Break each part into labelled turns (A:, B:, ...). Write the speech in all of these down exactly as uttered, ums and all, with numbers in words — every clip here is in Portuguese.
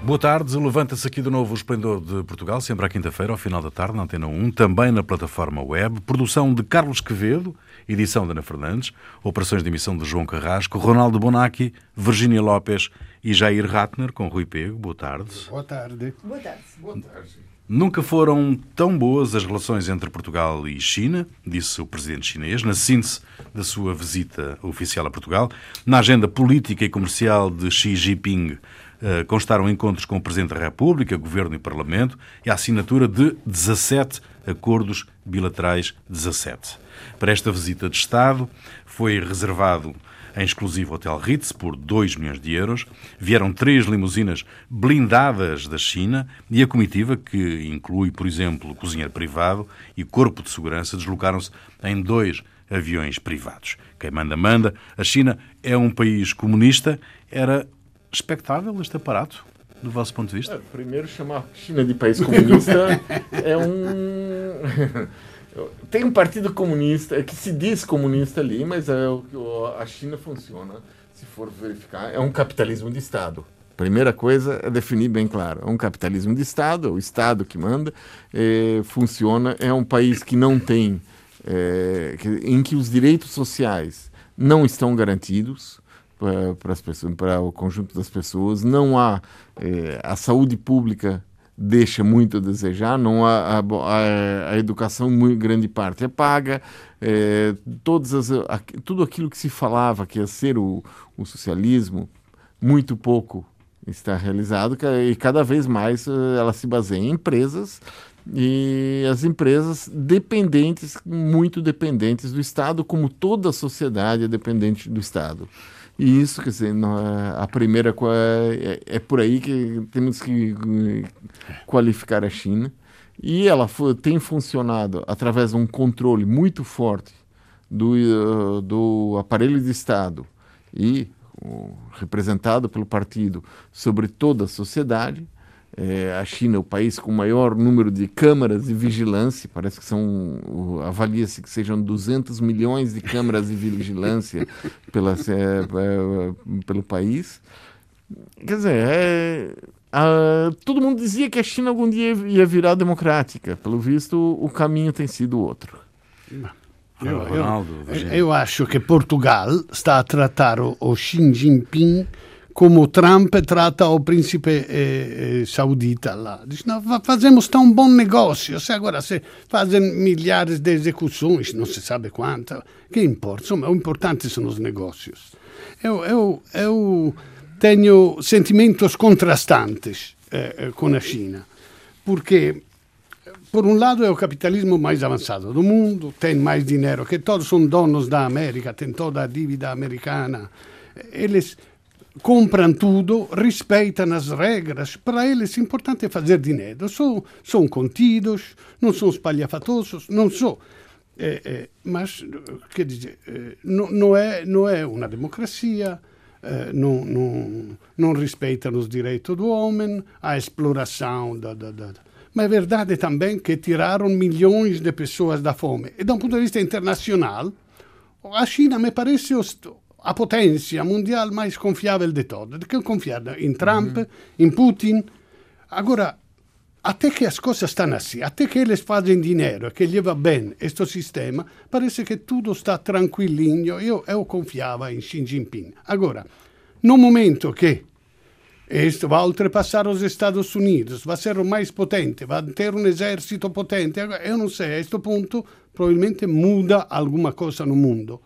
A: Boa tarde, levanta-se aqui de novo o Esplendor de Portugal, sempre à quinta-feira, ao final da tarde, na Antena um, também na plataforma web. Produção de Carlos Quevedo, edição de Ana Fernandes, operações de emissão de João Carrasco, Ronaldo Bonacci, Virgínia Lopes e Jair Ratner, com Rui Pego. Boa tarde.
B: Boa tarde.
C: Boa tarde.
B: Boa tarde.
A: Nunca foram tão boas as relações entre Portugal e China, disse o presidente chinês, na síntese da sua visita oficial a Portugal. Na agenda política e comercial de Xi Jinping, Uh, constaram encontros com o Presidente da República, Governo e Parlamento e a assinatura de dezassete acordos bilaterais. dezassete. Para esta visita de Estado foi reservado em exclusivo Hotel Ritz por dois milhões de euros. Vieram três limusinas blindadas da China e a comitiva, que inclui, por exemplo, cozinheiro privado e corpo de segurança, deslocaram-se em dois aviões privados. Quem manda, manda. A China é um país comunista. Era expectável este aparato, do vosso ponto de vista?
B: É, primeiro, chamar a China de país comunista é um... Tem um partido comunista, que se diz comunista ali, mas é o, a China funciona, se for verificar, é um capitalismo de Estado. Primeira coisa é definir bem claro, é um capitalismo de Estado, é o Estado que manda, é, funciona, é um país que não tem, é, que, em que os direitos sociais não estão garantidos para as pessoas, para o conjunto das pessoas, não há eh, a saúde pública deixa muito a desejar, não há a, a, a educação, muito grande parte é paga, eh, todas as, a, tudo aquilo que se falava que ia ser o, o socialismo, muito pouco está realizado, e cada vez mais ela se baseia em empresas, e as empresas dependentes, muito dependentes do Estado, como toda a sociedade é dependente do Estado. E isso, quer dizer, a primeira é, é por aí que temos que qualificar a China. E ela foi, tem funcionado através de um controle muito forte do, do aparelho de Estado e o, representado pelo partido sobre toda a sociedade. É, a China é o país com o maior número de câmaras de vigilância, parece que são, avalia-se que sejam duzentos milhões de câmaras de vigilância pela, é, é, pelo país. Quer dizer, é, a, todo mundo dizia que a China algum dia ia virar democrática. Pelo visto, o caminho tem sido outro.
C: Eu, eu, eu acho que Portugal está a tratar o, o Xi Jinping como o Trump trata o príncipe eh, eh, saudita lá. Diz, não, fazemos tão bom negócio. Se agora se fazem milhares de execuções, não se sabe quanto. Que importa? Insomma, o importante são os negócios. Eu, eu, eu tenho sentimentos contrastantes eh, com a China. Porque, por um lado, é o capitalismo mais avançado do mundo, tem mais dinheiro que todos, são donos da América, tem toda a dívida americana. Eles compram tudo, respeitam as regras. Para eles, o importante é fazer dinheiro. São, são contidos, não são espalhafatosos, não são. É, é, mas, quer dizer, é, não, não, é, não é uma democracia, é, não, não, não respeitam os direitos do homem, a exploração da, da, da. Mas é verdade também que tiraram milhões de pessoas da fome. E, do ponto de vista internacional, a China me parece a potência mundial mais confiável de todas. De que confiar em Trump, uhum. em Putin. Agora, até que as coisas estão assim, até que eles fazem dinheiro, que leva bem este sistema, parece que tudo está tranquilinho. Eu, eu confiava em Xi Jinping. Agora, no momento que este vai ultrapassar os Estados Unidos, vai ser o mais potente, vai ter um exército potente, eu não sei, a este ponto provavelmente muda alguma coisa no mundo.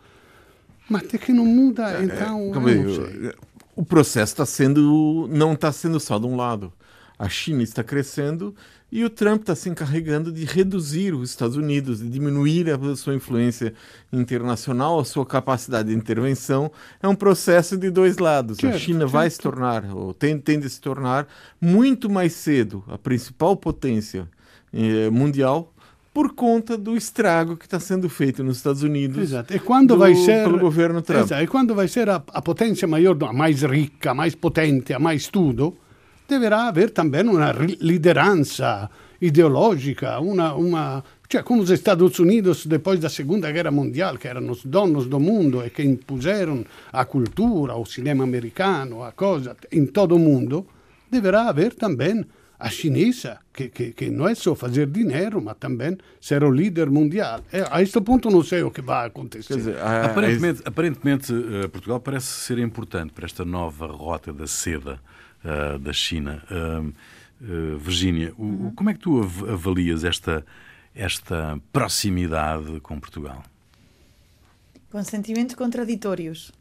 C: Mas até que não muda, então...
B: É, é, não sei. O processo está sendo, não está sendo só de um lado. A China está crescendo e o Trump está se encarregando de reduzir os Estados Unidos, de diminuir a sua influência internacional, a sua capacidade de intervenção. É um processo de dois lados. Certo, a China certo. vai se tornar, ou tende, tende a se tornar, muito mais cedo a principal potência eh, mundial, por conta do estrago que está sendo feito nos Estados Unidos.
C: Exato. E quando
B: do,
C: vai ser,
B: pelo governo Trump.
C: Exato. E quando vai ser a, a potência maior, a mais rica, a mais potente, a mais tudo, deverá haver também uma liderança ideológica, uma, uma, cioè, como os Estados Unidos depois da Segunda Guerra Mundial, que eram os donos do mundo e que impuseram a cultura, o cinema americano, a coisa, em todo o mundo, deverá haver também a chinesa, que, que, que não é só fazer dinheiro, mas também ser o líder mundial. É, a este ponto não sei o que vai acontecer.
A: Quer dizer, a, aparentemente, a... aparentemente uh, Portugal parece ser importante para esta nova rota da seda uh, da China. Uh, uh, Virgínia, uhum. como é que tu avalias esta, esta proximidade com Portugal?
D: Com sentimentos contraditórios.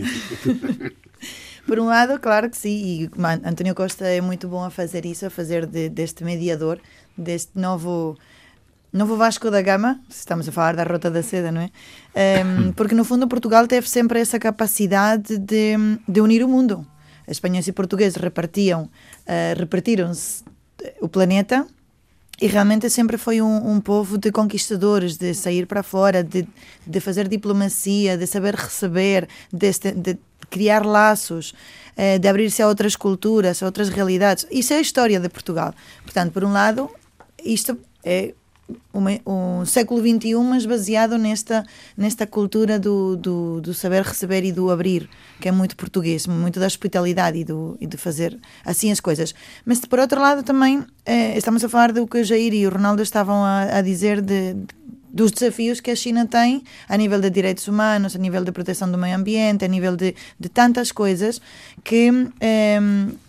D: Por um lado, claro que sim, e António Costa é muito bom a fazer isso, a fazer de, deste mediador, deste novo, novo Vasco da Gama, se estamos a falar da Rota da Seda, não é? Um, porque, no fundo, Portugal teve sempre essa capacidade de, de unir o mundo. Espanhóis e portugueses repartiam, uh, repartiram-se o planeta, e realmente sempre foi um, um povo de conquistadores, de sair para fora, de, de fazer diplomacia, de saber receber, de, de criar laços, de abrir-se a outras culturas, a outras realidades. Isso é a história de Portugal. Portanto, por um lado, isto é uma, um século vinte e um, mas baseado nesta, nesta cultura do, do, do saber receber e do abrir, que é muito português, muito da hospitalidade e, do, e de fazer assim as coisas. Mas, por outro lado, também eh, estamos a falar do que o Jair e o Ronaldo estavam a, a dizer de, de dos desafios que a China tem a nível de direitos humanos, a nível de proteção do meio ambiente, a nível de, de tantas coisas que, eh,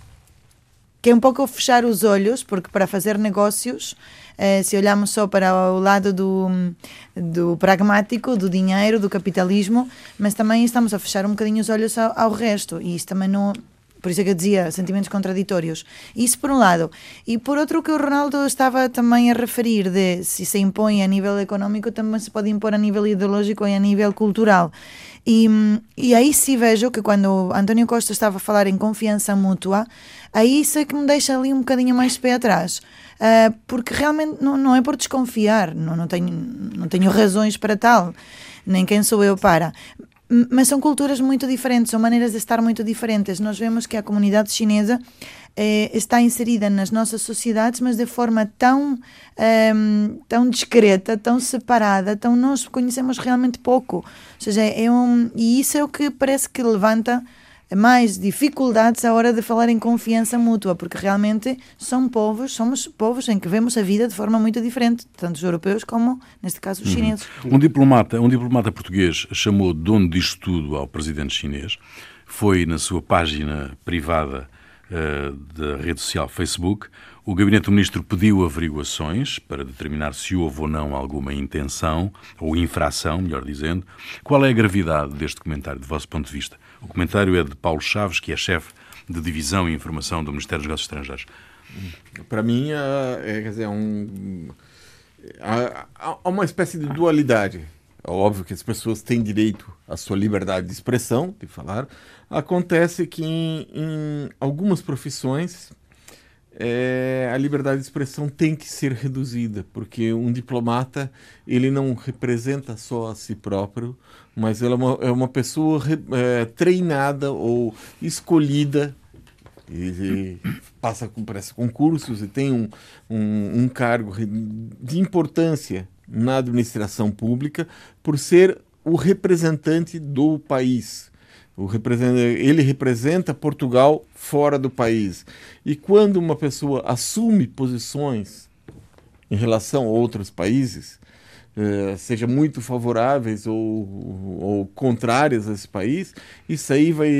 D: que é um pouco fechar os olhos, porque para fazer negócios, eh, se olharmos só para o lado do, do pragmático, do dinheiro, do capitalismo, mas também estamos a fechar um bocadinho os olhos ao, ao resto, e isso também não... Por isso é que eu dizia sentimentos contraditórios. Isso por um lado. E por outro, o que o Ronaldo estava também a referir, de se se impõe a nível económico, também se pode impor a nível ideológico e a nível cultural. E, e aí sim vejo que quando António Costa estava a falar em confiança mútua, aí isso é que me deixa ali um bocadinho mais de pé atrás. Uh, porque realmente não, não é por desconfiar, não, não, tenho, não tenho razões para tal, nem quem sou eu para... Mas são culturas muito diferentes, são maneiras de estar muito diferentes. Nós vemos que a comunidade chinesa eh, está inserida nas nossas sociedades, mas de forma tão, eh, tão discreta, tão separada, tão nós conhecemos realmente pouco. Ou seja, é um, e isso é o que parece que levanta mais dificuldades à hora de falar em confiança mútua, porque realmente são povos, somos povos em que vemos a vida de forma muito diferente, tanto os europeus como, neste caso, os chineses.
A: Uhum. Um diplomata, um diplomata português chamou dono disto tudo ao presidente chinês, foi na sua página privada uh, da rede social Facebook. O gabinete do ministro pediu averiguações para determinar se houve ou não alguma intenção, ou infração, melhor dizendo. Qual é a gravidade deste comentário, do vosso ponto de vista? O comentário é de Paulo Chaves, que é chefe de Divisão e Informação do Ministério dos Negócios Estrangeiros.
B: Para mim, é, quer dizer, um, há, há uma espécie de dualidade. É óbvio que as pessoas têm direito à sua liberdade de expressão, de falar. Acontece que em, em algumas profissões... É, a liberdade de expressão tem que ser reduzida, porque um diplomata ele não representa só a si próprio, mas ele é uma, é uma pessoa é, treinada ou escolhida, ele passa com parece, concursos e tem um, um, um cargo de importância na administração pública por ser o representante do país. Ele representa Portugal fora do país. E quando uma pessoa assume posições em relação a outros países, eh, seja muito favoráveis ou, ou contrárias a esse país, isso aí vai...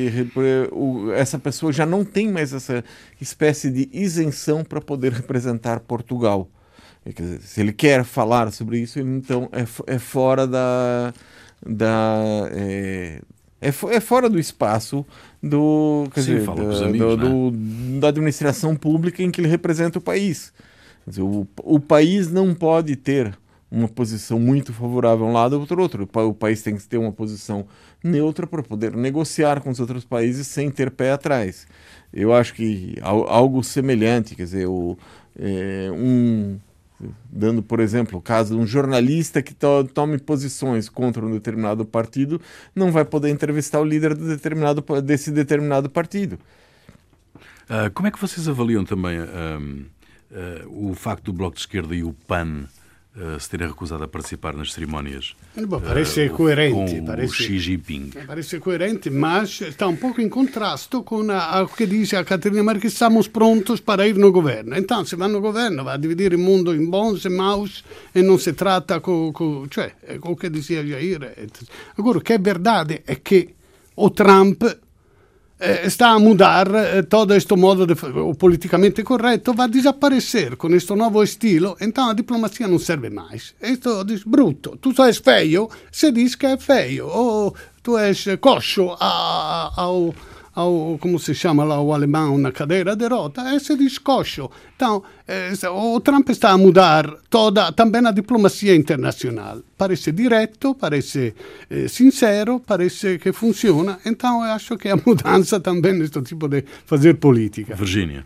B: Essa pessoa já não tem mais essa espécie de isenção para poder representar Portugal. Se ele quer falar sobre isso, então é, é fora da... da é, É, é fora do espaço do, quer
A: Sim,
B: dizer,
A: fala
B: da,
A: com os amigos,
B: do,
A: né?
B: do, da administração pública em que ele representa o país. Quer dizer, o, o país não pode ter uma posição muito favorável a um lado ou para o outro. O, o país tem que ter uma posição neutra para poder negociar com os outros países sem ter pé atrás. Eu acho que algo semelhante, quer dizer, o, é, um... dando, por exemplo, o caso de um jornalista que to tome posições contra um determinado partido, não vai poder entrevistar o líder de determinado, desse determinado partido.
A: Uh, como é que vocês avaliam também uh, uh, o facto do Bloco de Esquerda e o P A N uh, se terem recusado a participar nas cerimónias
C: Bom, parece uh, coerente,
A: com
C: parece,
A: o Xi Jinping.
C: Parece coerente, mas está un poco in contrasto con a, a che dice a Caterina Marques, siamo pronti para ir no governo. Então, se va no governo, va a dividere il mondo in bons e maus e non si tratta con... Co, cioè, con che diceva Jair. Agora, che è verdade è che o Trump eh, sta a mudar eh, todo questo modo de, o politicamente corretto, va a desaparecer con questo nuovo estilo, então a diplomacia non serve mais. Questo è brutto. Tu sei feio, se diz che è feio, o tu és coxo a, a, ao, ao, como se chama lá o alemão na cadeira de rota, e se diz coxo. Então, eh, o Trump está a mudar toda, também a diplomacia internacional. Parece direto, parece eh, sincero, parece que funciona. Então, eu acho que a mudança também neste tipo de fazer política.
A: Virgínia.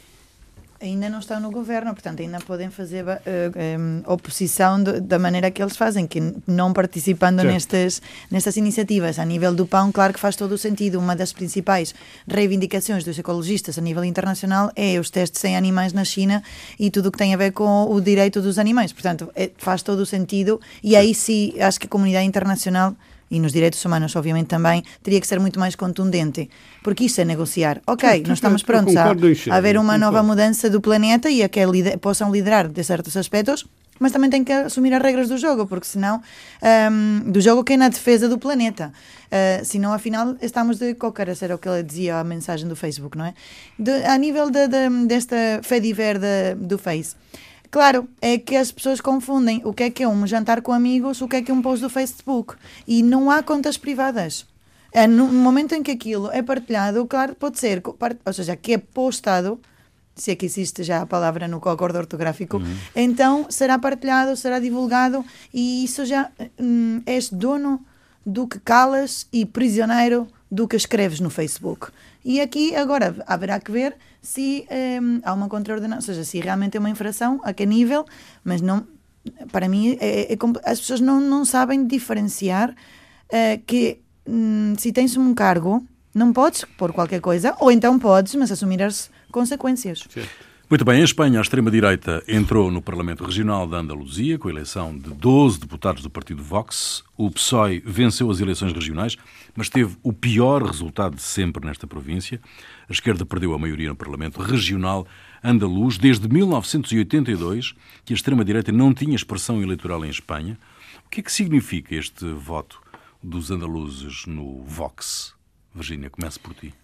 D: Ainda não estão no governo, portanto ainda podem fazer uh, um, oposição de, da maneira que eles fazem, que não participando nestas, nestas iniciativas. A nível do pão, claro que faz todo o sentido. Uma das principais reivindicações dos ecologistas a nível internacional é os testes em animais na China e tudo o que tem a ver com o direito dos animais. Portanto, é, faz todo o sentido e aí sim, acho que a comunidade internacional e nos direitos humanos, obviamente, também, teria que ser muito mais contundente. Porque isso é negociar. Ok, nós estamos prontos a, a haver uma nova mudança do planeta e a que lider, possam liderar de certos aspectos, mas também tem que assumir as regras do jogo, porque senão, um, do jogo que é na defesa do planeta. Uh, senão, afinal, estamos de cócaras, era o que ele dizia a mensagem do Facebook, não é? De, a nível de, de, desta fediver de, do Face. Claro, é que as pessoas confundem o que é que é um jantar com amigos, o que é que é um post do Facebook. E não há contas privadas. É, no momento em que aquilo é partilhado, claro, pode ser, ou seja, que é postado, se é que existe já a palavra no acordo ortográfico, uhum. Então será partilhado, será divulgado e isso já hum, és dono do que calas e prisioneiro do que escreves no Facebook. E aqui agora haverá que ver se um, há uma contraordenação, ou seja, se realmente é uma infração, a que nível, mas não, para mim é, é, as pessoas não, não sabem diferenciar uh, que um, se tens um cargo não podes pôr qualquer coisa, ou então podes, mas assumir as consequências.
A: Sim. Muito bem, em Espanha a extrema-direita entrou no Parlamento Regional da Andaluzia com a eleição de doze deputados do partido Vox. O P S O E venceu as eleições regionais, mas teve o pior resultado de sempre nesta província. A esquerda perdeu a maioria no Parlamento Regional andaluz. Desde mil novecentos e oitenta e dois que a extrema-direita não tinha expressão eleitoral em Espanha. O que é que significa este voto dos andaluzes no Vox? Virgínia, comece por ti.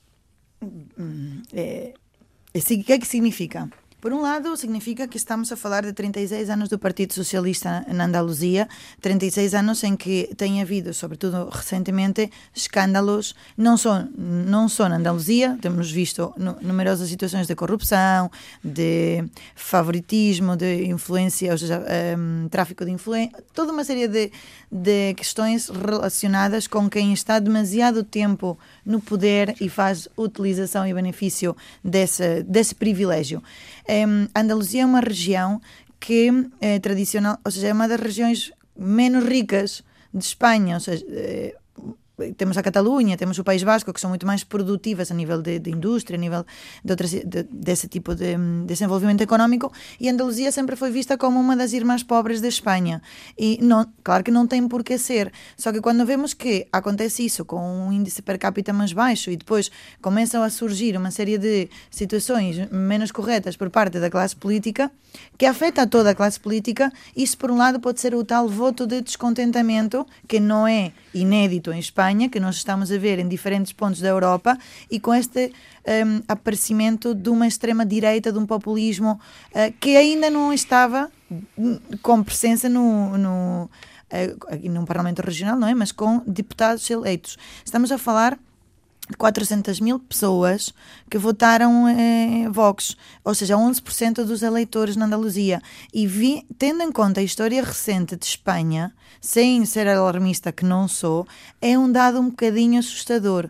D: É... O que é que significa? Por um lado, significa que estamos a falar de trinta e seis anos do Partido Socialista na Andaluzia, trinta e seis anos em que tem havido, sobretudo recentemente, escândalos, não só, não só na Andaluzia, temos visto numerosas situações de corrupção, de favoritismo, de influência, ou seja, um, tráfico de influência, toda uma série de, de questões relacionadas com quem está demasiado tempo no poder e faz utilização e benefício desse, desse privilégio. Um, a Andaluzia é uma região que é tradicional, ou seja, é uma das regiões menos ricas de Espanha, ou seja, é, temos a Catalunha, temos o País Basco, que são muito mais produtivas a nível de, de indústria, a nível de outras, de, desse tipo de desenvolvimento económico, e a Andaluzia sempre foi vista como uma das irmãs pobres da Espanha. E não, claro que não tem por que ser, só que quando vemos que acontece isso com um índice per capita mais baixo e depois começam a surgir uma série de situações menos corretas por parte da classe política, que afeta a toda a classe política, isso por um lado pode ser o tal voto de descontentamento, que não é inédito em Espanha, que nós estamos a ver em diferentes pontos da Europa, e com este um, aparecimento de uma extrema-direita, de um populismo uh, que ainda não estava com presença no, no, uh, no Parlamento Regional, não é? Mas com deputados eleitos. Estamos a falar de quatrocentas mil pessoas que votaram eh, Vox, ou seja, onze por cento dos eleitores na Andaluzia. E vi, tendo em conta a história recente de Espanha, sem ser alarmista que não sou, é um dado um bocadinho assustador.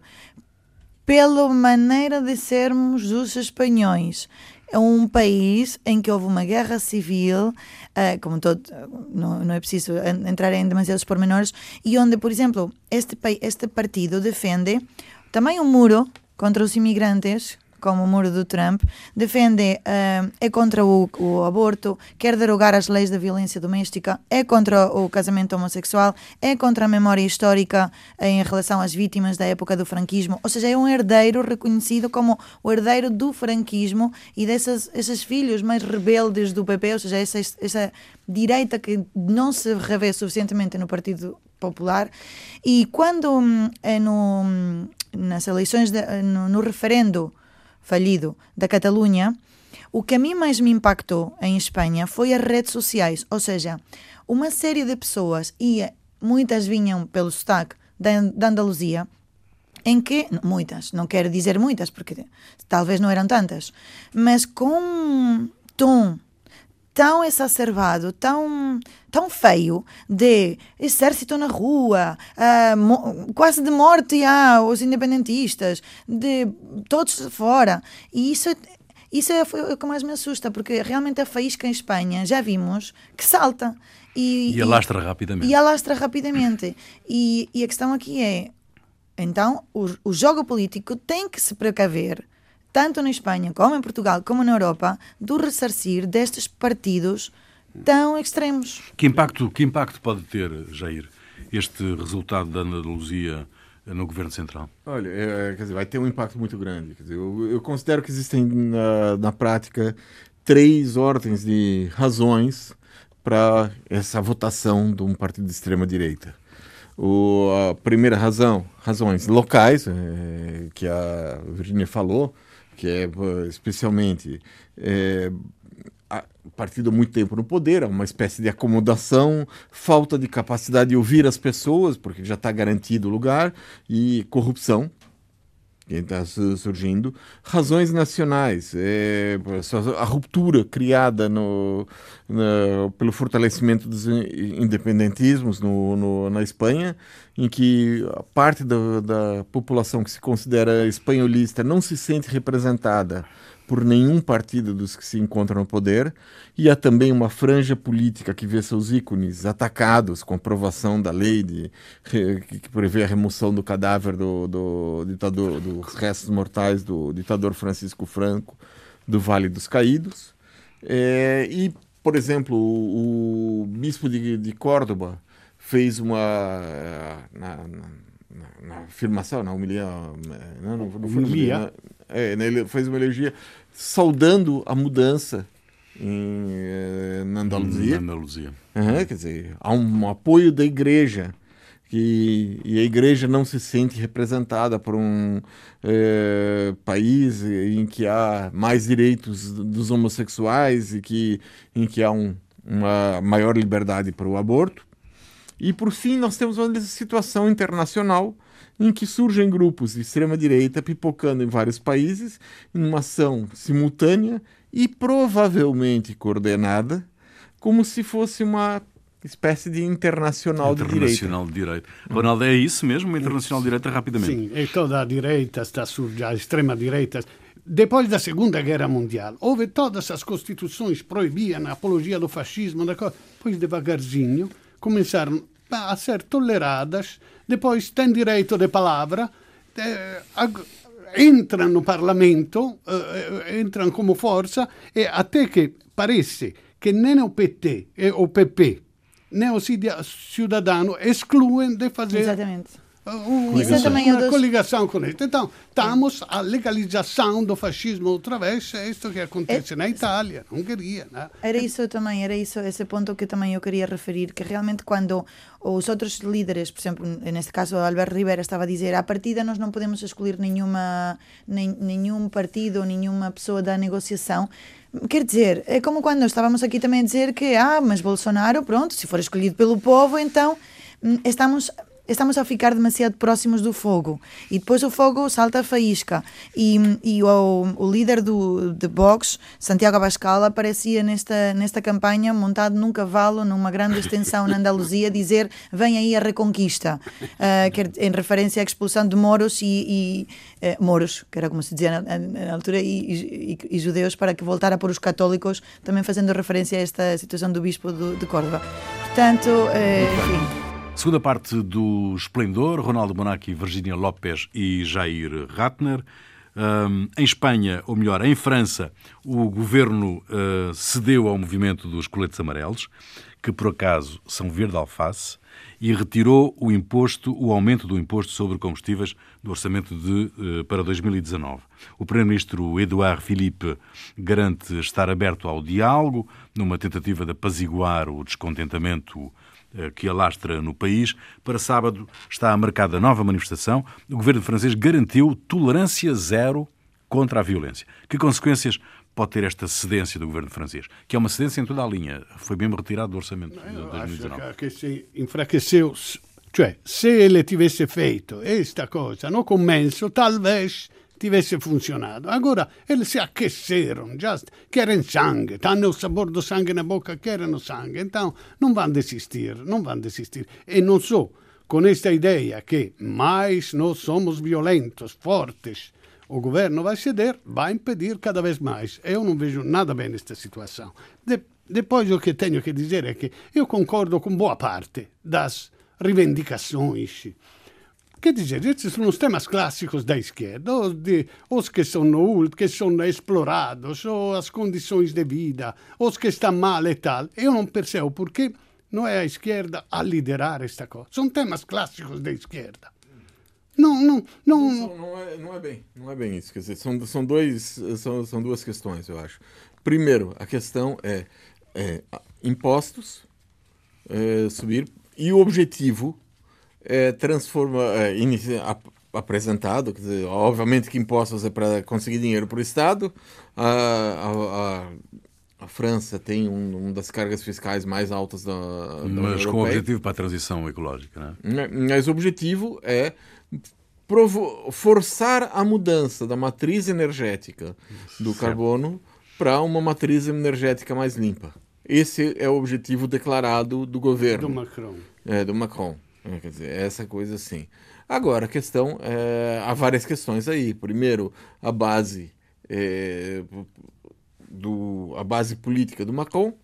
D: Pela maneira de sermos os espanhóis. É um país em que houve uma guerra civil, uh, como todo, não, não é preciso entrar em demasiados pormenores, e onde, por exemplo, este, este partido defende também um muro contra os imigrantes, como o muro do Trump, defende, uh, é contra o, o aborto, quer derogar as leis da violência doméstica, é contra o casamento homossexual, é contra a memória histórica em relação às vítimas da época do franquismo, ou seja, é um herdeiro reconhecido como o herdeiro do franquismo e desses esses filhos mais rebeldes do P P, ou seja, essa, essa direita que não se revê suficientemente no Partido Popular. E quando é no, nas eleições, de, no, no referendo fallido da Catalunha, o que a mim mais me impactou em Espanha foi as redes sociais, ou seja, uma série de pessoas, e muitas vinham pelo sotaque da, da Andaluzia, em que, muitas, não quero dizer muitas, porque talvez não eram tantas, mas com um tom tão exacerbado, tão, tão feio, de exército na rua, uh, mo- quase de morte aos independentistas, de todos fora. E isso, isso é o que mais me assusta, porque realmente a faísca em Espanha, já vimos, que salta.
A: E, e alastra rapidamente.
D: E alastra rapidamente. E, e a questão aqui é, então, o, o jogo político tem que se precaver, tanto na Espanha, como em Portugal, como na Europa, do ressarcir destes partidos tão extremos.
A: Que impacto, que impacto pode ter, Jair, este resultado da Andaluzia no Governo Central?
B: Olha, é, quer dizer, vai ter um impacto muito grande. Quer dizer, eu, eu considero que existem, na, na prática, três ordens de razões para essa votação de um partido de extrema-direita. O, a primeira razão, razões locais, é, que a Virginia falou, que é especialmente é, a partido há muito tempo no poder, uma espécie de acomodação, falta de capacidade de ouvir as pessoas, porque já está garantido o lugar, e corrupção, que está surgindo. Razões nacionais, é, a ruptura criada no, no, pelo fortalecimento dos independentismos no, no, na Espanha, em que a parte da, da população que se considera espanholista não se sente representada por nenhum partido dos que se encontram no poder, e há também uma franja política que vê seus ícones atacados com a aprovação da lei de, que prevê a remoção do cadáver do, do ditador, dos restos mortais do ditador Francisco Franco do Vale dos Caídos. É, e, por exemplo, o, o bispo de, de Córdoba fez uma... Na, na, na afirmação, na homilia... Não, não, não foi homilia. É, né, ele fez uma elegia saudando a mudança em, eh, na Andaluzia.
A: Na Andaluzia.
B: Uhum, quer dizer, há um apoio da igreja, que, e a igreja não se sente representada por um eh, país em que há mais direitos dos homossexuais e que, em que há um, uma maior liberdade para o aborto. E, por fim, nós temos uma situação internacional em que surgem grupos de extrema-direita pipocando em vários países, em uma ação simultânea e provavelmente coordenada, como se fosse uma espécie de internacional,
A: internacional
B: de direita.
A: Internacional de direita. Ronaldo, é isso mesmo, uma internacional de direita, rapidamente?
C: Sim, e toda a direita está surgindo, a extrema-direita. Depois da Segunda Guerra Mundial, houve todas as constituições proibiam a apologia do fascismo, depois devagarzinho começaram a ser toleradas, depois têm direito de palavra, eh, entram no Parlamento, eh, entram como força, e até que parece que nem o P T e o P P, nem o Cidadano excluem de fazer...
D: Exatamente.
C: Um,
D: coligação.
C: uma dos... coligação com eles. Então, estamos à legalização do fascismo outra vez, é isto que acontece é, na Itália, na Hungria. Né?
D: Era isso também, era isso, esse ponto que também eu queria referir, que realmente quando os outros líderes, por exemplo, neste caso Alberto Rivera estava a dizer, à partida nós não podemos excluir nenhuma, nem, nenhum partido, nenhuma pessoa da negociação. Quer dizer, é como quando estávamos aqui também a dizer que, ah, mas Bolsonaro, pronto, se for escolhido pelo povo, então estamos... estamos a ficar demasiado próximos do fogo e depois o fogo salta a faísca e, e o, o líder do, de Vox, Santiago Abascal, aparecia nesta, nesta campanha montado num cavalo numa grande extensão na Andaluzia, dizer vem aí a reconquista, uh, que, em referência à expulsão de moros e, e uh, moros, que era como se dizia na, na altura, e, e, e judeus, para que voltar a pôr os católicos, também fazendo referência a esta situação do bispo do, de Córdoba. Portanto, uh, enfim...
A: Segunda parte do Esplendor, Ronaldo Bonacci, Virginia Lopes e Jair Ratner. Um, em Espanha, ou melhor, em França, o governo uh, cedeu ao movimento dos coletes amarelos, que por acaso são verde alface, e retirou o imposto, o aumento do imposto sobre combustíveis do orçamento de, uh, para dois mil e dezanove. O primeiro-ministro Edouard Philippe garante estar aberto ao diálogo, numa tentativa de apaziguar o descontentamento que alastra no país. Para sábado está marcada nova manifestação. O governo francês garantiu tolerância zero contra a violência. Que consequências pode ter esta cedência do governo francês? Que é uma cedência em toda a linha. Foi mesmo retirado do orçamento de dois mil e dezanove.
C: Acho que se enfraqueceu. Cioè, se ele tivesse feito esta coisa no começo, talvez tivesse funcionado. Agora, eles se aqueceram, já querem sangue, hanno o sabor do sangue na boca, querem sangue. Então, não vão desistir, não vão desistir. E não só, com esta ideia que mais nós somos violentos, fortes, o governo vai ceder, vai impedir cada vez mais. Eu não vejo nada bem nesta situação. De, depois, o que tenho que dizer é que eu concordo com boa parte das reivindicações. Quer dizer, estes são os temas clássicos da esquerda, os, de, os que, são, que são explorados, ou as condições de vida, os que estão mal e tal. Eu não percebo porque não é a esquerda a liderar esta coisa. São temas clássicos da esquerda. Não, não, não,
B: não, não, é, não é bem, não é bem isso. Quer dizer, são, são, dois, são, são duas questões, eu acho. Primeiro, a questão é, é impostos é, subir e o objetivo é transforma, é, inicia, ap, apresentado, quer dizer, obviamente que impostos é para conseguir dinheiro para o Estado. A, a, a, a França tem um, uma das cargas fiscais mais altas da, da União
A: Mas
B: Europeia.
A: com o objetivo para a transição ecológica, não é?
B: Mas o objetivo é provo- forçar a mudança da matriz energética do certo. carbono para uma matriz energética mais limpa. Esse é o objetivo declarado do governo.
C: Do Macron.
B: É, do Macron. É, quer dizer, essa coisa assim. Agora, a questão, é, há várias questões aí. Primeiro, a base, é, do, a base política do Macron.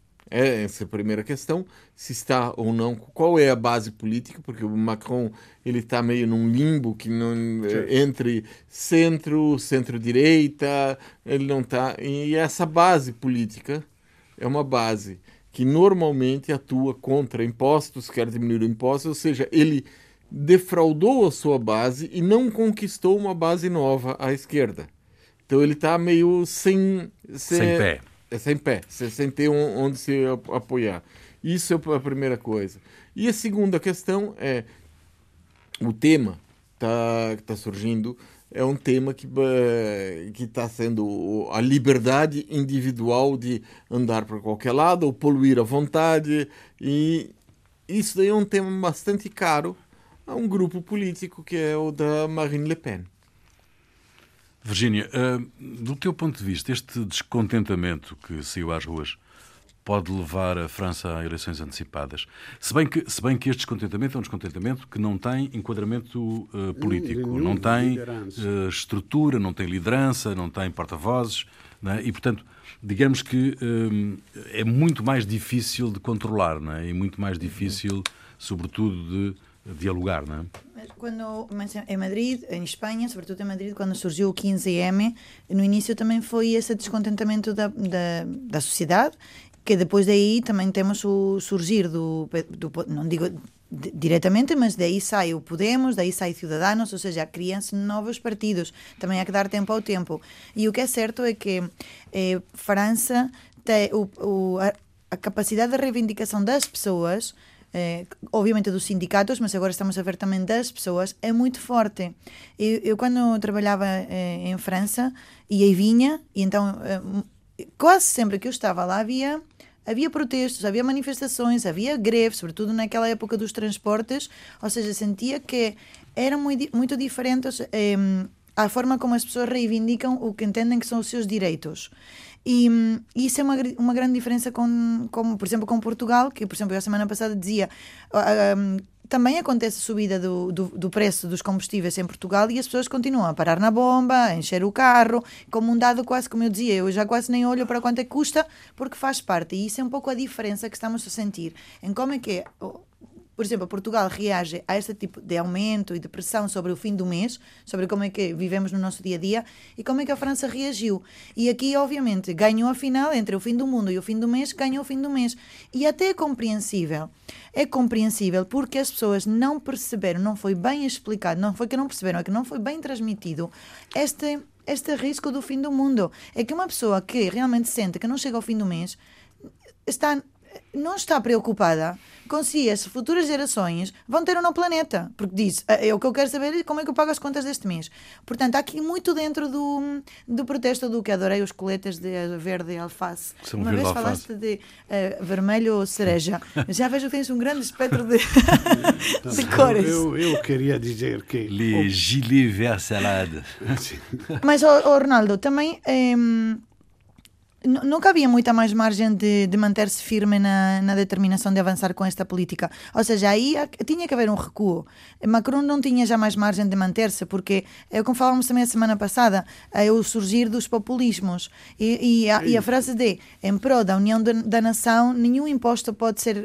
B: É essa a primeira questão. Se está ou não, qual é a base política? Porque o Macron ele está meio num limbo que não, é, entre centro, centro-direita, ele não está. E essa base política é uma base que normalmente atua contra impostos, quer diminuir impostos, ou seja, ele defraudou a sua base e não conquistou uma base nova à esquerda. Então ele está meio sem, sem,
A: sem pé.
B: É, sem pé, sem, sem ter um, onde se apoiar. Isso é a primeira coisa. E a segunda questão é o tema tá, que está surgindo é um tema que que está sendo a liberdade individual de andar para qualquer lado ou poluir à vontade, e isso daí é um tema bastante caro a um grupo político que é o da Marine Le Pen.
A: Virgínia, uh, do teu ponto de vista, este descontentamento que saiu às ruas pode levar a França a eleições antecipadas? Se bem que, se bem que este descontentamento é um descontentamento que não tem enquadramento uh, político, não, não tem uh, estrutura, não tem liderança, não tem porta-vozes, não é? E, portanto, digamos que uh, é muito mais difícil de controlar, não é? E muito mais difícil, sobretudo, de dialogar, não é?
D: Quando, em Madrid, em Espanha, sobretudo em Madrid, quando surgiu o quinze eme, no início também foi esse descontentamento da, da, da sociedade, que depois daí também temos o surgir do, do não digo diretamente, mas daí sai o Podemos, daí sai Ciudadanos, ou seja, criam-se novos partidos, também há que dar tempo ao tempo. E o que é certo é que eh, França tem o, o, a, a capacidade de reivindicação das pessoas, Eh, obviamente dos sindicatos, mas agora estamos a ver também das pessoas, é muito forte. Eu, eu quando trabalhava eh, em França, e aí vinha, e então eh, quase sempre que eu estava lá havia, havia protestos, havia manifestações, havia greves, sobretudo naquela época dos transportes, ou seja, sentia que eram muito, muito diferentes eh, a forma como as pessoas reivindicam o que entendem que são os seus direitos. E, e isso é uma, uma grande diferença com, com, por exemplo, com Portugal, que, por exemplo, eu a semana passada dizia um, também acontece a subida do, do, do preço dos combustíveis em Portugal e as pessoas continuam a parar na bomba, a encher o carro, como um dado quase, como eu dizia, eu já quase nem olho para quanto é que custa, porque faz parte. E isso é um pouco a diferença que estamos a sentir em como é que por exemplo, Portugal reage a este tipo de aumento e de pressão sobre o fim do mês, sobre como é que vivemos no nosso dia a dia e como é que a França reagiu. E aqui, obviamente, ganhou a final entre o fim do mundo e o fim do mês, ganhou o fim do mês. E até é compreensível. É compreensível porque as pessoas não perceberam, não foi bem explicado, não foi que não perceberam, é que não foi bem transmitido este, este risco do fim do mundo. É que uma pessoa que realmente sente que não chega ao fim do mês está, não está preocupada com se as futuras gerações vão ter ou não planeta. Porque diz, é o que eu quero saber é como é que eu pago as contas deste mês. Portanto, há aqui muito dentro do, do protesto do que adorei os coletas de verde e alface.
A: São
D: Uma
A: verde
D: vez
A: alface.
D: Falaste de uh, vermelho ou cereja. Já vejo que tens um grande espectro de, de cores.
C: Eu, eu queria dizer que...
A: Les gilets verts salade.
D: Mas, oh, oh, Ronaldo, também... Um, nunca havia muita mais margem de, de manter-se firme na, na determinação de avançar com esta política. Ou seja, aí tinha que haver um recuo. Macron não tinha já mais margem de manter-se, porque, é como falávamos também a semana passada, é o surgir dos populismos. E, e, a, e a frase de, em prol da união de, da nação, nenhum imposto pode ser uh,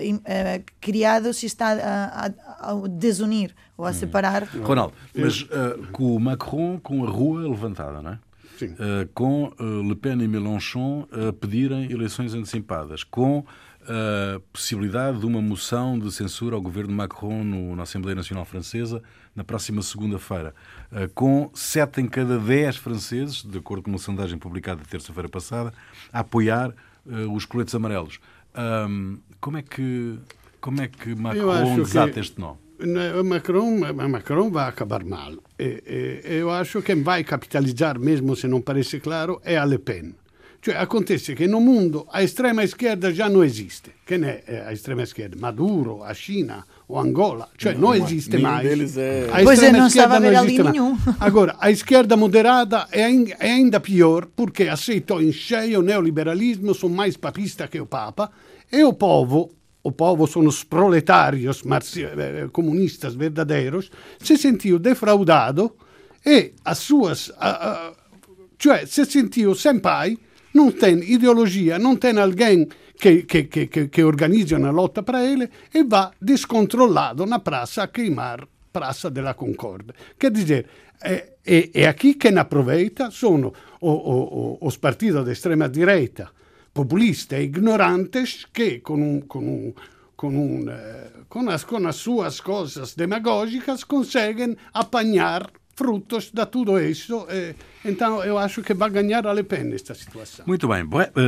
D: uh, criado se está a, a, a desunir ou a separar.
A: Ronaldo, mas uh, com o Macron com a rua levantada, não é? Uh, com uh, Le Pen e Mélenchon a uh, pedirem eleições antecipadas, com a uh, possibilidade de uma moção de censura ao governo Macron no, na Assembleia Nacional Francesa na próxima segunda-feira, uh, com sete em cada dez franceses, de acordo com uma sondagem publicada terça-feira passada, a apoiar uh, os coletes amarelos. Um, como é que, como é que Macron desata que... este nó?
C: Macron, Macron vai acabar mal. E, e, eu acho que quem vai capitalizar, mesmo se não parece claro, é a Le Pen. Cioè, acontece che no mundo a estrema esquerda già non esiste. Che ne è a estrema esquerda? Maduro, a Cina o Angola. Cioè, non esiste mai.
B: É...
C: A
D: pois
C: estrema
D: não
C: esquerda
D: estava a ver
C: não
D: ali
C: existe
D: nenhum.
C: mais. Agora, a esquerda moderada é ainda pior porque aceitou em cheio o neoliberalismo, são mais papista que o Papa, e o povo, o povo são os proletários marci- comunistas verdadeiros, se sentiu defraudado e as suas... A, a, cioè, se sentiu sem pai, non tem ideologia, non tem alguém che, che, che, che, che organizza una lotta para ele e va descontrollado na praça a queimar Praça della Concorde. Quer dizer, é, é, é aqui quem aproveita sono o, o, os partidos de extrema direita, populistas e ignorantes que com um, com um, com um, com as, com as suas coisas demagógicas conseguem apanhar frutos da tudo isso. Eh, então, eu acho que vai ganhar a Le Pen nesta situação.
A: Muito bem.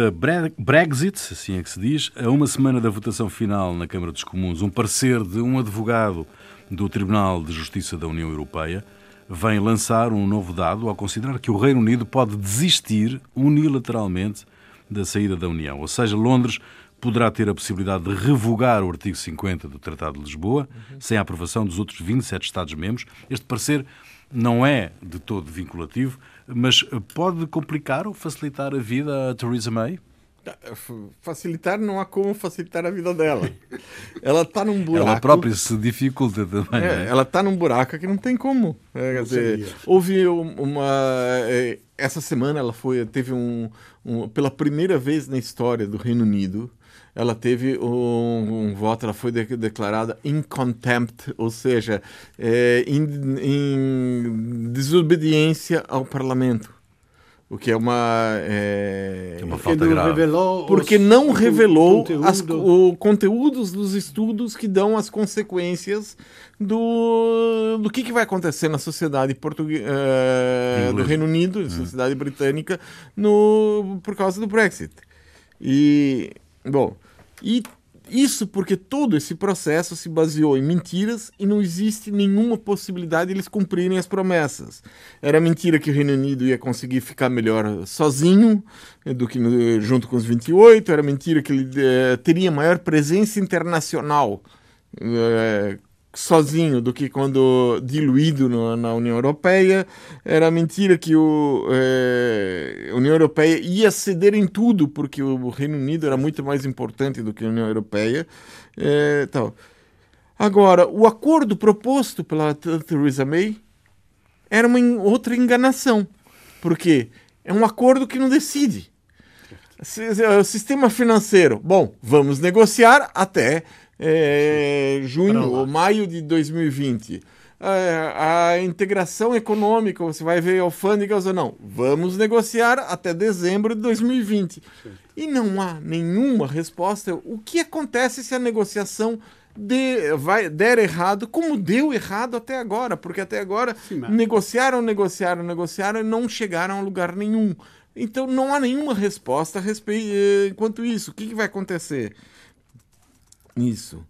A: Brexit, assim é que se diz, a uma semana da votação final na Câmara dos Comuns, um parecer de um advogado do Tribunal de Justiça da União Europeia vem lançar um novo dado ao considerar que o Reino Unido pode desistir unilateralmente da saída da União. Ou seja, Londres poderá ter a possibilidade de revogar o artigo cinquenta do Tratado de Lisboa, uhum. sem a aprovação dos outros vinte e sete Estados-membros. Este parecer não é de todo vinculativo, mas pode complicar ou facilitar a vida a Theresa May?
B: Facilitar não há como facilitar a vida dela. Ela está num buraco.
A: Ela própria se dificulta também.
B: É, ela está num buraco que não tem como. É, quer dizer, houve uma. Essa semana ela foi, teve um, um. Pela primeira vez na história do Reino Unido, ela teve um, um voto, ela foi de, declarada in contempt, ou seja, é, em, em desobediência ao Parlamento. O que é uma... É,
A: é uma falta grave.
B: Porque não revelou conteúdo. As, o conteúdos dos estudos que dão as consequências do, do que, que vai acontecer na sociedade portuguesa, uh, do Reino Unido, na hum. sociedade britânica, no, por causa do Brexit. E, bom, e isso porque todo esse processo se baseou em mentiras e não existe nenhuma possibilidade de eles cumprirem as promessas. Era mentira que o Reino Unido ia conseguir ficar melhor sozinho do que no, junto com os vinte e oito, era mentira que ele eh, teria maior presença internacional eh, sozinho do que quando diluído no, na União Europeia, era mentira que o, é, a União Europeia ia ceder em tudo, porque o Reino Unido era muito mais importante do que a União Europeia. É, tal. Agora, o acordo proposto pela Theresa May era uma outra enganação, porque é um acordo que não decide. O sistema financeiro, bom, vamos negociar até... é, junho ou maio de dois mil e vinte. A, a integração econômica, você vai ver alfândegas ou não. Vamos negociar até dezembro de dois mil e vinte. Certo. E não há nenhuma resposta. O que acontece se a negociação de, vai, der errado, como deu errado até agora? Porque até agora Sim, mas... negociaram, negociaram, negociaram e não chegaram a lugar nenhum. Então não há nenhuma resposta a respeito, enquanto isso. O que, que vai acontecer? Isso.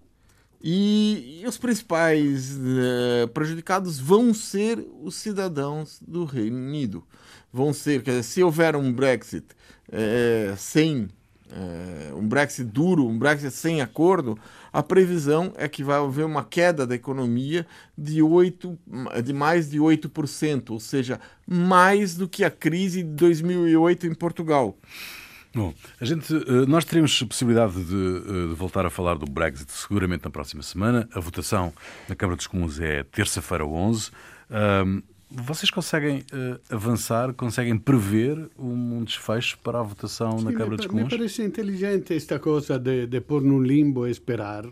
B: E, e os principais uh, prejudicados vão ser os cidadãos do Reino Unido. Vão ser, quer dizer, se houver um Brexit uh, sem uh, um Brexit duro, um Brexit sem acordo, a previsão é que vai haver uma queda da economia de, oito, de mais de oito por cento, ou seja, mais do que a crise de dois mil e oito em Portugal.
A: Bom, a gente, nós teremos possibilidade de, de voltar a falar do Brexit seguramente na próxima semana. A votação na Câmara dos Comuns é terça-feira, onze. Um, vocês conseguem uh, avançar, conseguem prever um desfecho para a votação Sim, na Câmara
C: me,
A: dos Comuns?
C: Me parece inteligente esta coisa de, de pôr num limbo e esperar.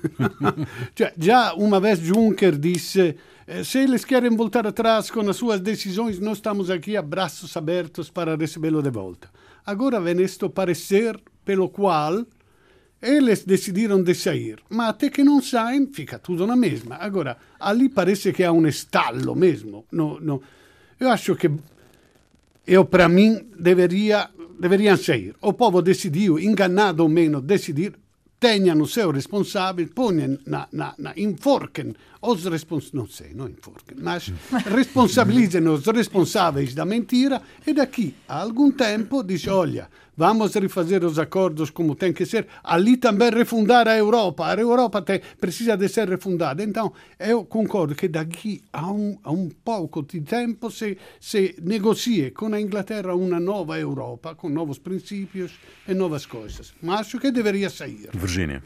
C: cioè, já uma vez Juncker disse se eles querem voltar atrás com as suas decisões, nós estamos aqui a braços abertos para recebê-lo de volta. Agora vem este parecer pelo qual eles decidiram de sair, mas até que não saem, fica tudo na mesma. Agora, ali parece que há um estallo mesmo. No, no. Eu acho que, eu, para mim, deveria, deveriam sair. O povo decidiu, enganado ou menos, decidir, tenham os seus responsáveis, ponham, na, na, na, enforquem os responsáveis, não sei, não enforquem, mas responsabilizem os responsáveis da mentira e daqui a algum tempo diz, olha, vamos refazer os acordos como tem que ser, ali também refundar a Europa, a Europa tem, precisa de ser refundada. Então, eu concordo que daqui a um, a um pouco de tempo se, se negocie com a Inglaterra uma nova Europa, com novos princípios e novas coisas. Mas acho que deveria sair.
A: Virgínia.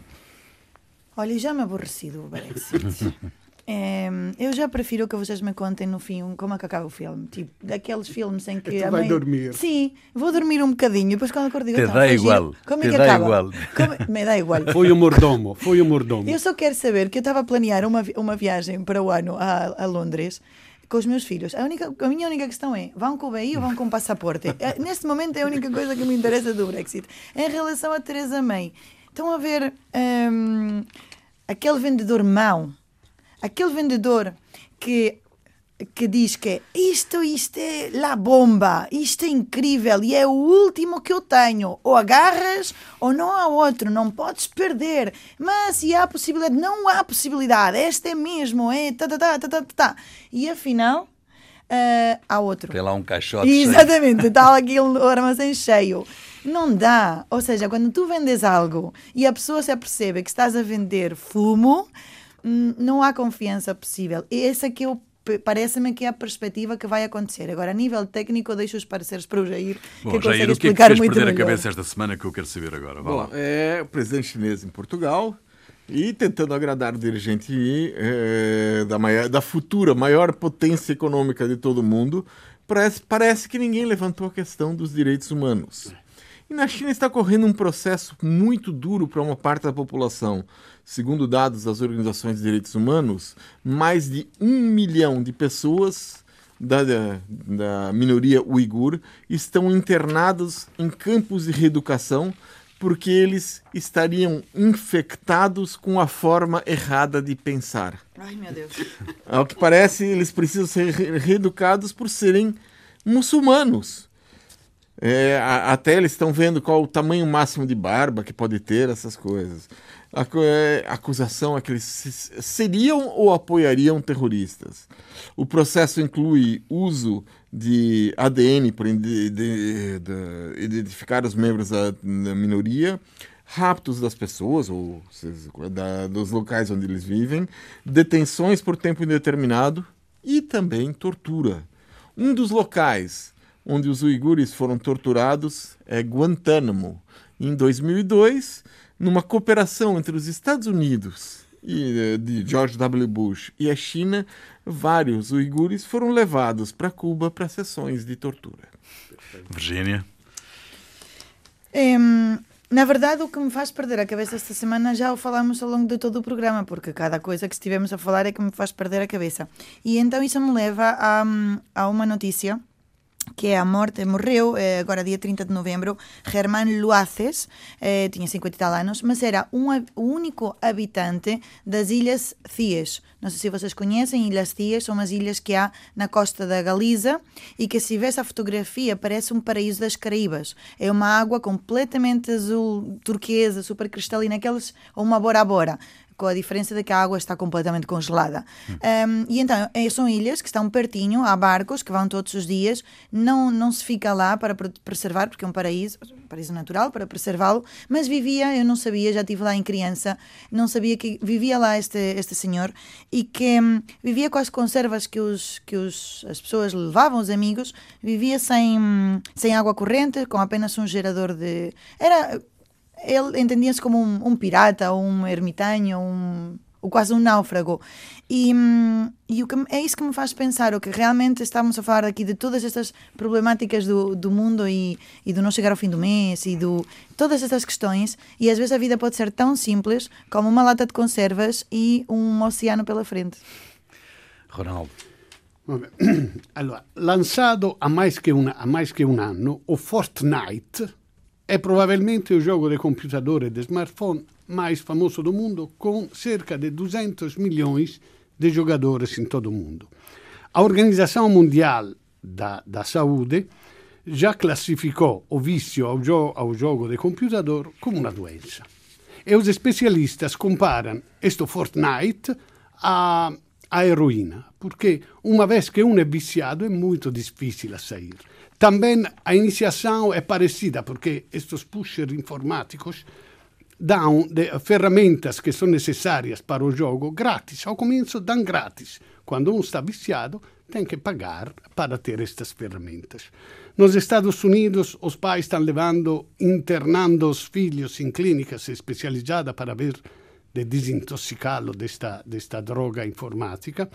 D: Olha, já me aborreci do Brexit. É, eu já prefiro que vocês me contem no fim como é que acaba o filme. Tipo, daqueles filmes em que...
C: Tu vai mãe... dormir.
D: Sim, vou dormir um bocadinho. Depois quando acordo digo...
A: Te dá igual.
D: Como
A: Te
D: é que
A: dá
D: acaba?
A: Igual.
D: Como... Me dá igual.
C: Foi o mordomo. Foi o mordomo.
D: Eu só quero saber que eu estava a planear uma, uma viagem para o ano a, a Londres com os meus filhos. A, única, a minha única questão é, vão com o B I ou vão com o passaporte? Neste momento é a única coisa que me interessa do Brexit. Em relação a Theresa May, estão a ver hum, aquele vendedor mau, aquele vendedor que, que diz que isto, isto é la bomba, isto é incrível e é o último que eu tenho. Ou agarras ou não há outro, não podes perder. Mas se há possibilidade, não há possibilidade, esta é mesmo, é tá, tá, tá, tá, tá, tá. E afinal, uh, há outro.
A: Tem lá um caixote
D: Exatamente, cheio. Está aqui o armazém cheio. Não dá. Ou seja, quando tu vendes algo e a pessoa se apercebe que estás a vender fumo, não há confiança possível. E essa que eu, parece-me que é a perspectiva que vai acontecer. Agora, a nível técnico, eu deixo os pareceres para o Jair,
A: Bom,
D: que
A: Jair,
D: consegue explicar muito melhor. O que é que fez
A: perder a cabeça esta semana que eu quero saber agora? Vai
B: Bom,
A: lá.
B: é o presidente chinês em Portugal e tentando agradar o dirigente é, da, maior, da futura maior potência econômica de todo o mundo, parece, parece que ninguém levantou a questão dos direitos humanos. E na China está correndo um processo muito duro para uma parte da população. Segundo dados das organizações de direitos humanos, mais de um milhão de pessoas da, da, da minoria uigur estão internados em campos de reeducação porque eles estariam infectados com a forma errada de pensar.
D: Ai, meu Deus.
B: Ao que parece, eles precisam ser reeducados por serem muçulmanos. É, até eles estão vendo qual o tamanho máximo de barba que pode ter, essas coisas. A, a acusação é que eles seriam ou apoiariam terroristas. O processo inclui uso de A D N para identificar os membros da, da minoria, raptos das pessoas, ou seja, da, dos locais onde eles vivem, detenções por tempo indeterminado e também tortura. Um dos locais onde os uigures foram torturados é Guantánamo. Em dois mil e dois, numa cooperação entre os Estados Unidos e, de George W. Bush e a China, vários uigures foram levados para Cuba para sessões de tortura.
A: Virgínia?
D: Um, Na verdade, o que me faz perder a cabeça esta semana já o falámos ao longo de todo o programa, porque cada coisa que estivemos a falar é que me faz perder a cabeça. E então isso me leva a, a uma notícia, que é a morte, morreu eh, agora dia trinta de novembro, Germán Luaces, eh, tinha cinquenta e tal anos, mas era um, o único habitante das Ilhas Cíes. Não sei se vocês conhecem, Ilhas Cíes são umas ilhas que há na costa da Galiza e que, se vês a fotografia, parece um paraíso das Caraíbas. É uma água completamente azul, turquesa, super cristalina, aquelas, ou uma bora-bora, com a diferença de que a água está completamente congelada. Hum. Um, e então, são ilhas que estão pertinho, há barcos que vão todos os dias, não, não se fica lá para preservar, porque é um paraíso, um paraíso natural, para preservá-lo, mas vivia, eu não sabia, já estive lá em criança, não sabia que vivia lá este, este senhor, e que um, vivia com as conservas que, os, que os, as pessoas levavam, os amigos, vivia sem, sem água corrente, com apenas um gerador de... Era... Ele entendia-se como um, um pirata, um ermitaño, um, ou quase um náufrago. E, e o que, é isso que me faz pensar, o que realmente estamos a falar aqui de todas estas problemáticas do, do mundo e, e do não chegar ao fim do mês e do todas estas questões, e às vezes a vida pode ser tão simples como uma lata de conservas e um oceano pela frente.
A: Ronaldo.
C: Allora, lançado há mais que um, há mais que um ano, o Fortnite é provavelmente o jogo de computador e de smartphone mais famoso do mundo, com cerca de duzentos milhões de jogadores em todo o mundo. A Organização Mundial da, da Saúde já classificou o vício ao, jo- ao jogo de computador como uma doença. E os especialistas comparam este Fortnite a, a heroína, porque uma vez que um é viciado é muito difícil a sair. Também a iniciação é parecida, porque estes pushers informáticos dão de ferramentas que são necessárias para o jogo grátis. Ao começo dão grátis. Quando um está viciado, tem que pagar para ter estas ferramentas. Nos Estados Unidos, os pais estão levando, internando os filhos em clínicas especializadas para ver de desintoxicá-lo desta, desta droga informática.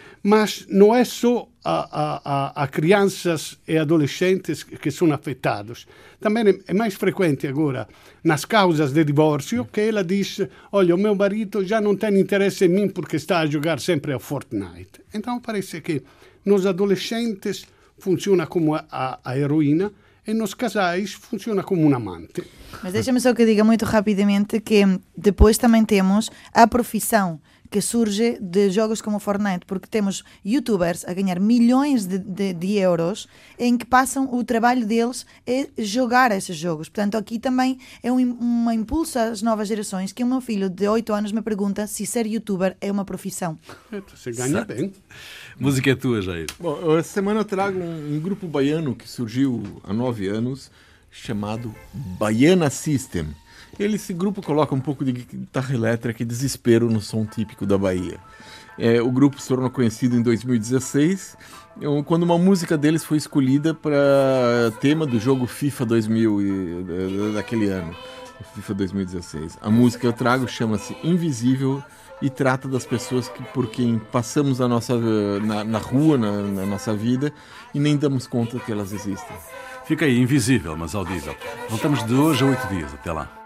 C: Mas não é só a, a, a crianças e adolescentes que são afetados. Também é, é mais frequente agora nas causas de divórcio que ela diz: olha, o meu marido já não tem interesse em mim porque está a jogar sempre ao Fortnite. Então parece que nos adolescentes funciona como a, a, a heroína e nos casais funciona como um amante.
D: Mas deixa-me só que eu diga muito rapidamente que depois também temos a profissão que surge de jogos como Fortnite, porque temos youtubers a ganhar milhões de, de, de euros em que passam o trabalho deles é jogar esses jogos. Portanto, aqui também é um, um impulso às novas gerações, que o meu filho de oito anos me pergunta se ser youtuber é uma profissão.
C: Você ganha bem.
A: Música é tua, Jair.
B: Bom, essa semana eu trago um, um grupo baiano que surgiu há nove anos, chamado Baiana System. Ele, esse grupo coloca um pouco de guitarra elétrica e desespero no som típico da Bahia. É, o grupo se tornou conhecido em dois mil e dezesseis, quando uma música deles foi escolhida para tema do jogo FIFA dois mil daquele ano, FIFA dois mil e dezesseis. A música que eu trago chama-se Invisível e trata das pessoas que, por quem passamos a nossa, na, na rua, na, na nossa vida, e nem damos conta que elas existem.
A: Fica aí, invisível, mas audível. Voltamos de hoje a oito dias. Até lá.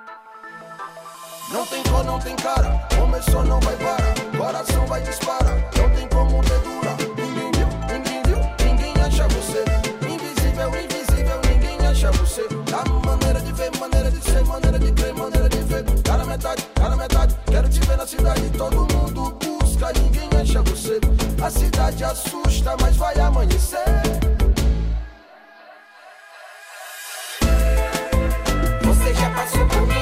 E: Não tem cor, não tem cara, começou, não vai parar, coração vai disparar, não tem como dedura. Ninguém viu, ninguém viu, ninguém acha você. Invisível, invisível, ninguém acha você. Tá maneira de ver, maneira de ser, maneira de crer, maneira de ver. Cara metade, cara metade, quero te ver na cidade, todo mundo busca, ninguém acha você. A cidade assusta, mas vai amanhecer. Você já passou por mim?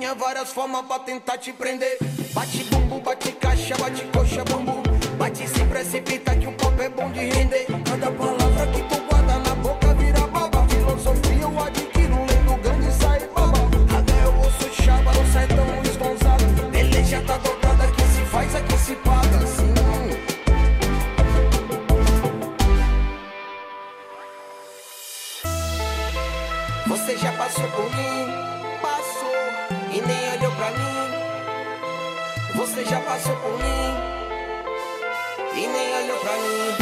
E: tinha várias formas pra tentar te prender. Bate bumbo, bate caixa, bate coxa, bumbo. Bate sem precipita que o papo é bom de render. Cada palavra que tu guarda na boca vira baba. Filosofia eu adquiro, lendo grande sai baba. Até eu ouço chaba, não sai tão esgonzado. Beleza tá dobrada, que se faz, aqui se paga, assim. Você já passou por mim, passou e nem olhou pra mim. Você já passou por mim e nem olhou pra mim.